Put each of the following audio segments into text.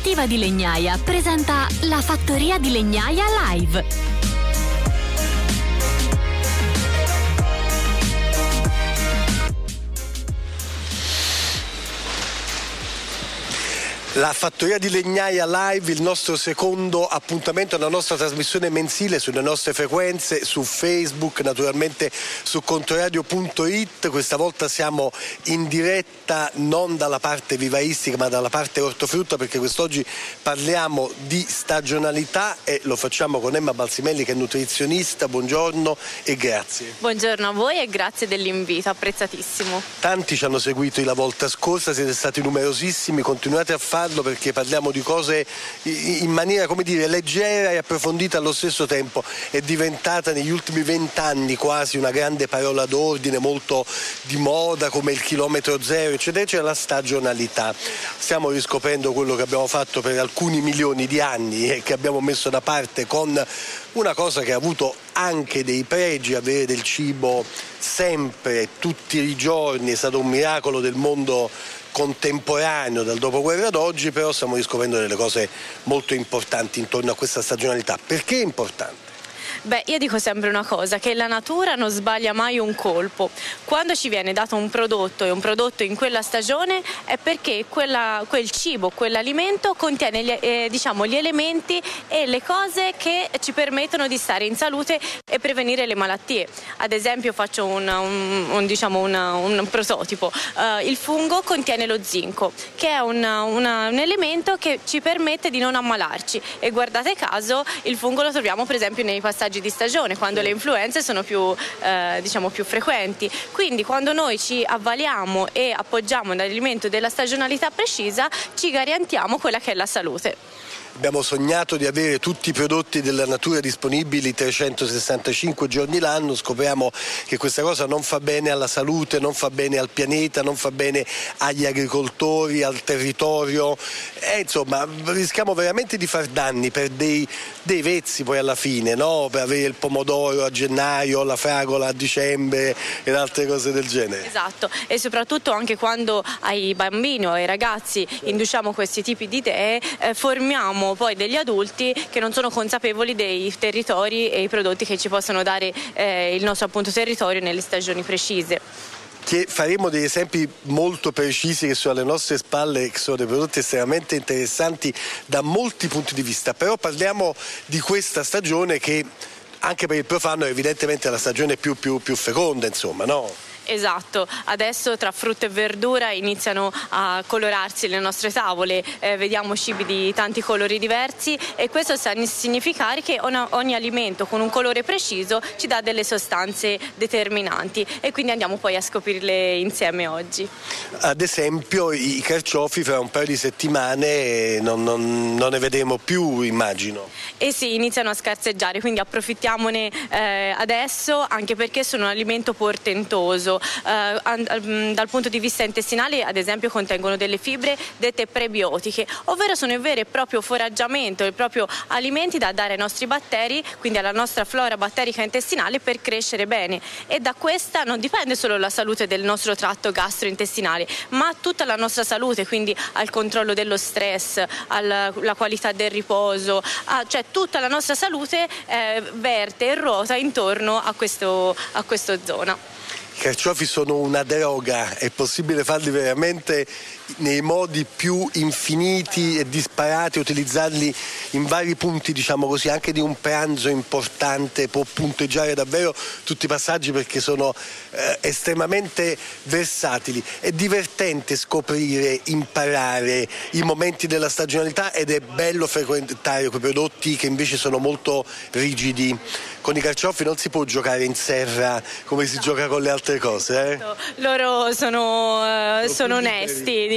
Cooperativa di Legnaia presenta la Fattoria di Legnaia Live. La Fattoria di Legnaia Live, il nostro secondo appuntamento, la nostra trasmissione mensile sulle nostre frequenze, su Facebook, naturalmente su controradio.it. Questa volta siamo in diretta non dalla parte vivaistica ma dalla parte ortofrutta, perché quest'oggi parliamo di stagionalità e lo facciamo con Emma Balsimelli, che è nutrizionista. Buongiorno e grazie. Buongiorno a voi e grazie dell'invito, apprezzatissimo. Tanti ci hanno seguito la volta scorsa, siete stati numerosissimi, continuate a farlo perché parliamo di cose in maniera, come dire, leggera e approfondita allo stesso tempo. È diventata negli ultimi 20 anni quasi una grande parola d'ordine, molto di moda, come il chilometro zero, eccetera, c'è la stagionalità. Stiamo riscoprendo quello che abbiamo fatto per alcuni milioni di anni e che abbiamo messo da parte con una cosa che ha avuto anche dei pregi. Avere del cibo sempre, tutti i giorni, è stato un miracolo del mondo contemporaneo dal dopoguerra ad oggi, però stiamo riscoprendo delle cose molto importanti intorno a questa stagionalità. Perché è importante? Beh, io dico sempre una cosa, che la natura non sbaglia mai un colpo. Quando ci viene dato un prodotto e un prodotto in quella stagione è perché quel cibo, quell'alimento contiene gli elementi e le cose che ci permettono di stare in salute e prevenire le malattie. Ad esempio faccio un prototipo. Il fungo contiene lo zinco, che è un elemento che ci permette di non ammalarci, e guardate caso il fungo lo troviamo per esempio nei passaggi di stagione, quando le influenze sono più frequenti. Quindi quando noi ci avvaliamo e appoggiamo l'alimento della stagionalità precisa, ci garantiamo quella che è la salute. Abbiamo sognato di avere tutti i prodotti della natura disponibili 365 giorni l'anno, scopriamo che questa cosa non fa bene alla salute, non fa bene al pianeta, non fa bene agli agricoltori, al territorio, insomma rischiamo veramente di far danni per dei vezzi poi alla fine, no? Per avere il pomodoro a gennaio, la fragola a dicembre e altre cose del genere. Esatto, e soprattutto anche quando ai bambini o ai ragazzi induciamo questi tipi di idee, formiamo poi degli adulti che non sono consapevoli dei territori e i prodotti che ci possono dare il nostro appunto territorio nelle stagioni precise. Che faremo degli esempi molto precisi che sono alle nostre spalle, che sono dei prodotti estremamente interessanti da molti punti di vista, però parliamo di questa stagione che anche per il profano è evidentemente la stagione più feconda, insomma, no? Esatto, adesso tra frutta e verdura iniziano a colorarsi le nostre tavole, vediamo cibi di tanti colori diversi, e questo sta a significare che ogni alimento con un colore preciso ci dà delle sostanze determinanti, e quindi andiamo poi a scoprirle insieme oggi. Ad esempio i carciofi fra un paio di settimane non ne vedremo più, immagino. Eh sì, iniziano a scarseggiare, quindi approfittiamone adesso, anche perché sono un alimento portentoso. Dal punto di vista intestinale, ad esempio, contengono delle fibre dette prebiotiche, ovvero sono il vero e proprio foraggiamento, il proprio alimenti da dare ai nostri batteri, quindi alla nostra flora batterica intestinale, per crescere bene. E da questa non dipende solo la salute del nostro tratto gastrointestinale, ma tutta la nostra salute, quindi al controllo dello stress, alla qualità del riposo, cioè tutta la nostra salute verte e ruota intorno a questa zona. I carciofi sono una droga, è possibile farli veramente nei modi più infiniti e disparati, utilizzarli in vari punti, diciamo così, anche di un pranzo importante, può punteggiare davvero tutti i passaggi perché sono estremamente versatili. È divertente scoprire, imparare i momenti della stagionalità, ed è bello frequentare quei prodotti che invece sono molto rigidi. Con i carciofi non si può giocare in serra come si gioca con le altre cose. Loro sono onesti,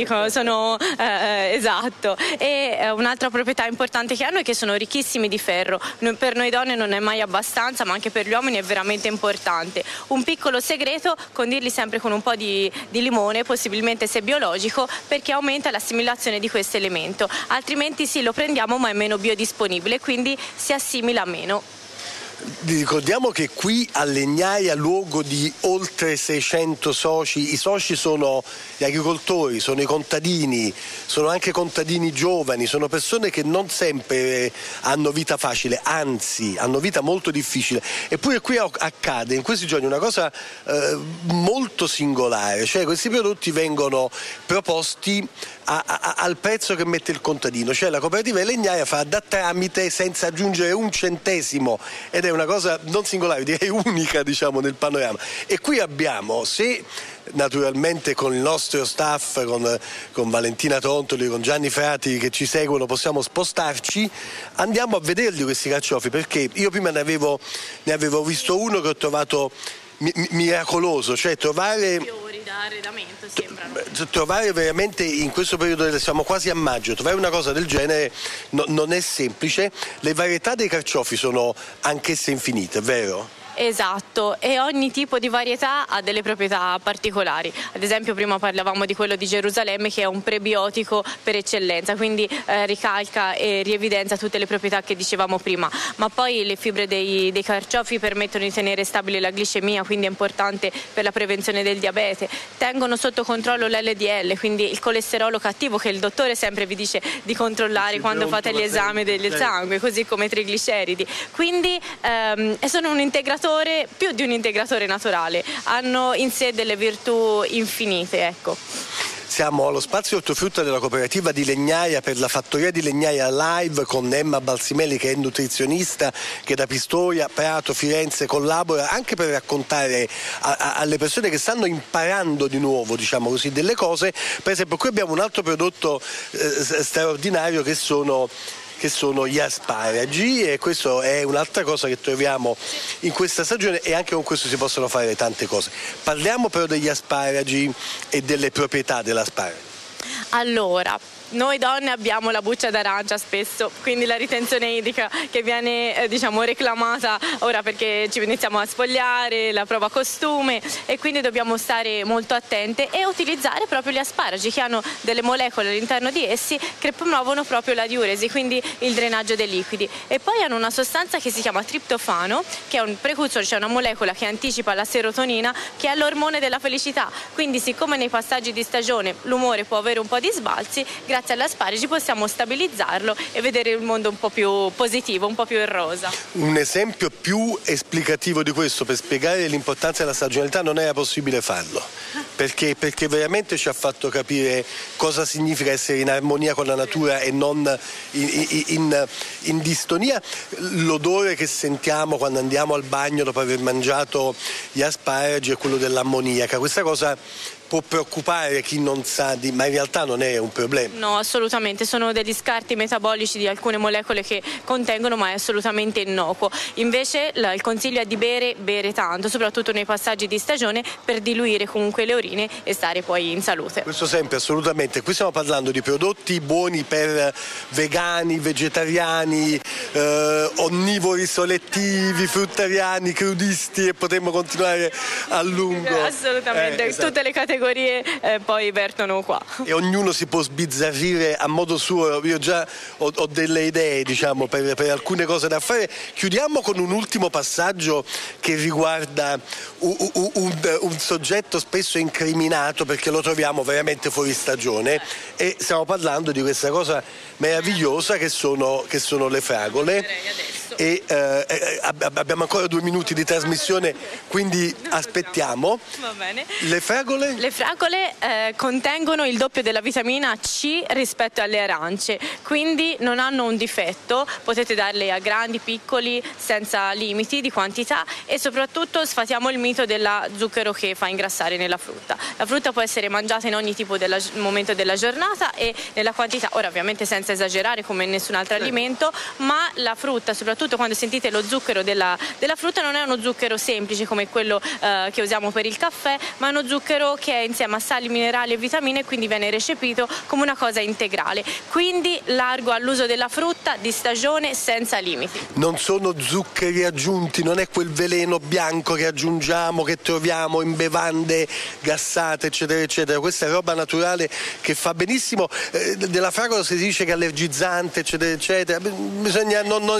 esatto. E un'altra proprietà importante che hanno è che sono ricchissimi di ferro. Per noi donne non è mai abbastanza, ma anche per gli uomini è veramente importante. Un piccolo segreto: condirli sempre con un po' di limone, possibilmente se biologico, perché aumenta l'assimilazione di questo elemento. Altrimenti sì, lo prendiamo, ma è meno biodisponibile, quindi si assimila meno. Ricordiamo che qui a Legnaia, luogo di oltre 600 soci, i soci sono gli agricoltori, sono i contadini, sono anche contadini giovani, sono persone che non sempre hanno vita facile, anzi hanno vita molto difficile. Eppure qui accade in questi giorni una cosa molto singolare, cioè questi prodotti vengono proposti al prezzo che mette il contadino, cioè la cooperativa Legnaia fa da tramite senza aggiungere un centesimo, ed è una cosa non singolare, direi unica, diciamo, nel panorama. E qui abbiamo, se naturalmente con il nostro staff, con Valentina Tontoli, con Gianni Frati che ci seguono, possiamo spostarci, andiamo a vederli questi carciofi, perché io prima ne avevo visto uno che ho trovato miracoloso, cioè trovare fiori da arredamento sembrano. Trovare veramente in questo periodo, siamo quasi a maggio, trovare una cosa del genere non è semplice. Le varietà dei carciofi sono anch'esse infinite, vero? Esatto, e ogni tipo di varietà ha delle proprietà particolari. Ad esempio prima parlavamo di quello di Gerusalemme, che è un prebiotico per eccellenza, quindi ricalca e rievidenzia tutte le proprietà che dicevamo prima. Ma poi le fibre dei carciofi permettono di tenere stabile la glicemia, quindi è importante per la prevenzione del diabete. Tengono sotto controllo l'LDL, quindi il colesterolo cattivo che il dottore sempre vi dice di controllare quando fate gli esami del sangue, così come i trigliceridi. Quindi sono un integratore, più di un integratore naturale, hanno in sé delle virtù infinite, ecco. Siamo allo spazio ortofrutta della cooperativa di Legnaia per la fattoria di Legnaia Live con Emma Balsimelli, che è nutrizionista, che da Pistoia, Prato, Firenze collabora anche per raccontare alle persone che stanno imparando di nuovo, diciamo così, delle cose. Per esempio qui abbiamo un altro prodotto straordinario che sono gli asparagi, e questo è un'altra cosa che troviamo in questa stagione, e anche con questo si possono fare tante cose. Parliamo però degli asparagi e delle proprietà dell'asparago. Allora, noi donne abbiamo la buccia d'arancia spesso, quindi la ritenzione idrica che viene reclamata ora perché ci iniziamo a spogliare, la prova costume, e quindi dobbiamo stare molto attente e utilizzare proprio gli asparagi, che hanno delle molecole all'interno di essi che promuovono proprio la diuresi, quindi il drenaggio dei liquidi, e poi hanno una sostanza che si chiama triptofano, che è un precursore, cioè una molecola che anticipa la serotonina, che è l'ormone della felicità. Quindi siccome nei passaggi di stagione l'umore può avere un po' di sbalzi, grazie all'asparagi possiamo stabilizzarlo e vedere il mondo un po' più positivo, un po' più in rosa. Un esempio più esplicativo di questo, per spiegare l'importanza della stagionalità, non era possibile farlo, perché veramente ci ha fatto capire cosa significa essere in armonia con la natura e non in distonia. L'odore che sentiamo quando andiamo al bagno dopo aver mangiato gli asparagi è quello dell'ammoniaca. Questa cosa può preoccupare chi non sa ma in realtà non è un problema. No, assolutamente, sono degli scarti metabolici di alcune molecole che contengono, ma è assolutamente innocuo. Invece il consiglio è di bere tanto, soprattutto nei passaggi di stagione, per diluire comunque le urine e stare poi in salute. Questo sempre, assolutamente. Qui stiamo parlando di prodotti buoni per vegani, vegetariani, onnivori selettivi, fruttariani, crudisti, e potremmo continuare a lungo. Assolutamente, esatto. Tutte le categorie poi vertono qua. E ognuno si può sbizzarrire a modo suo. Io già ho delle idee, diciamo, per alcune cose da fare. Chiudiamo con un ultimo passaggio che riguarda un soggetto spesso incriminato, perché lo troviamo veramente fuori stagione, e stiamo parlando di questa cosa meravigliosa che sono le fragole. E abbiamo ancora 2 minuti di trasmissione, quindi aspettiamo. Va bene. Le fragole? Le fragole contengono il doppio della vitamina C rispetto alle arance, quindi non hanno un difetto, potete darle a grandi, piccoli, senza limiti di quantità, e soprattutto sfatiamo il mito dello zucchero che fa ingrassare nella frutta. La frutta può essere mangiata in ogni tipo di momento della giornata e nella quantità, ora ovviamente senza esagerare come in nessun altro alimento, ma la frutta, soprattutto quando sentite lo zucchero della frutta, non è uno zucchero semplice come quello che usiamo per il caffè, ma è uno zucchero che è insieme a sali, minerali e vitamine, quindi viene recepito come una cosa integrale. Quindi largo all'uso della frutta di stagione senza limiti. Non sono zuccheri aggiunti, non è quel veleno bianco che aggiungiamo, che troviamo in bevande gassate, eccetera eccetera. Questa è roba naturale che fa benissimo. Della fragola si dice che è allergizzante, eccetera eccetera. Bisogna non esagerare.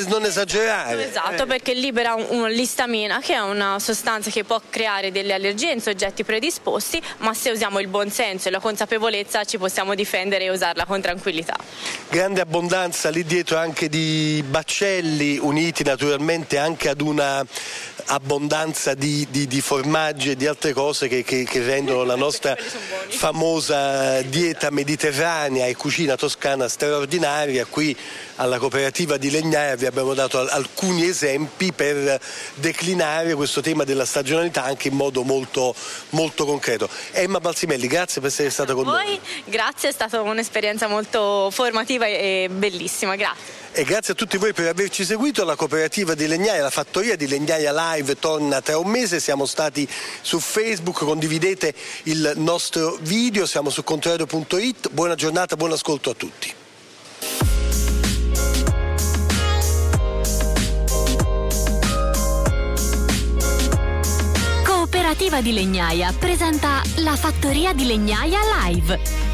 esagerare. Esatto, perché libera l'istamina, che è una sostanza che può creare delle allergie in soggetti predisposti, ma se usiamo il buon senso e la consapevolezza ci possiamo difendere e usarla con tranquillità. Grande abbondanza lì dietro anche di baccelli, uniti naturalmente anche ad una abbondanza di formaggi e di altre cose che rendono la nostra famosa dieta mediterranea e cucina toscana straordinaria. Qui alla cooperativa di Legnaia vi abbiamo dato alcuni esempi per declinare questo tema della stagionalità anche in modo molto, molto concreto. Emma Balsimelli, grazie per essere stata con noi. Grazie, è stata un'esperienza molto formativa e bellissima, grazie. E grazie a tutti voi per averci seguito. La cooperativa di Legnaia, la fattoria di Legnaia Live torna tra un mese. Siamo stati su Facebook, condividete il nostro video, siamo su Controradio.it. Buona giornata, buon ascolto a tutti. Cooperativa di Legnaia presenta la fattoria di Legnaia Live.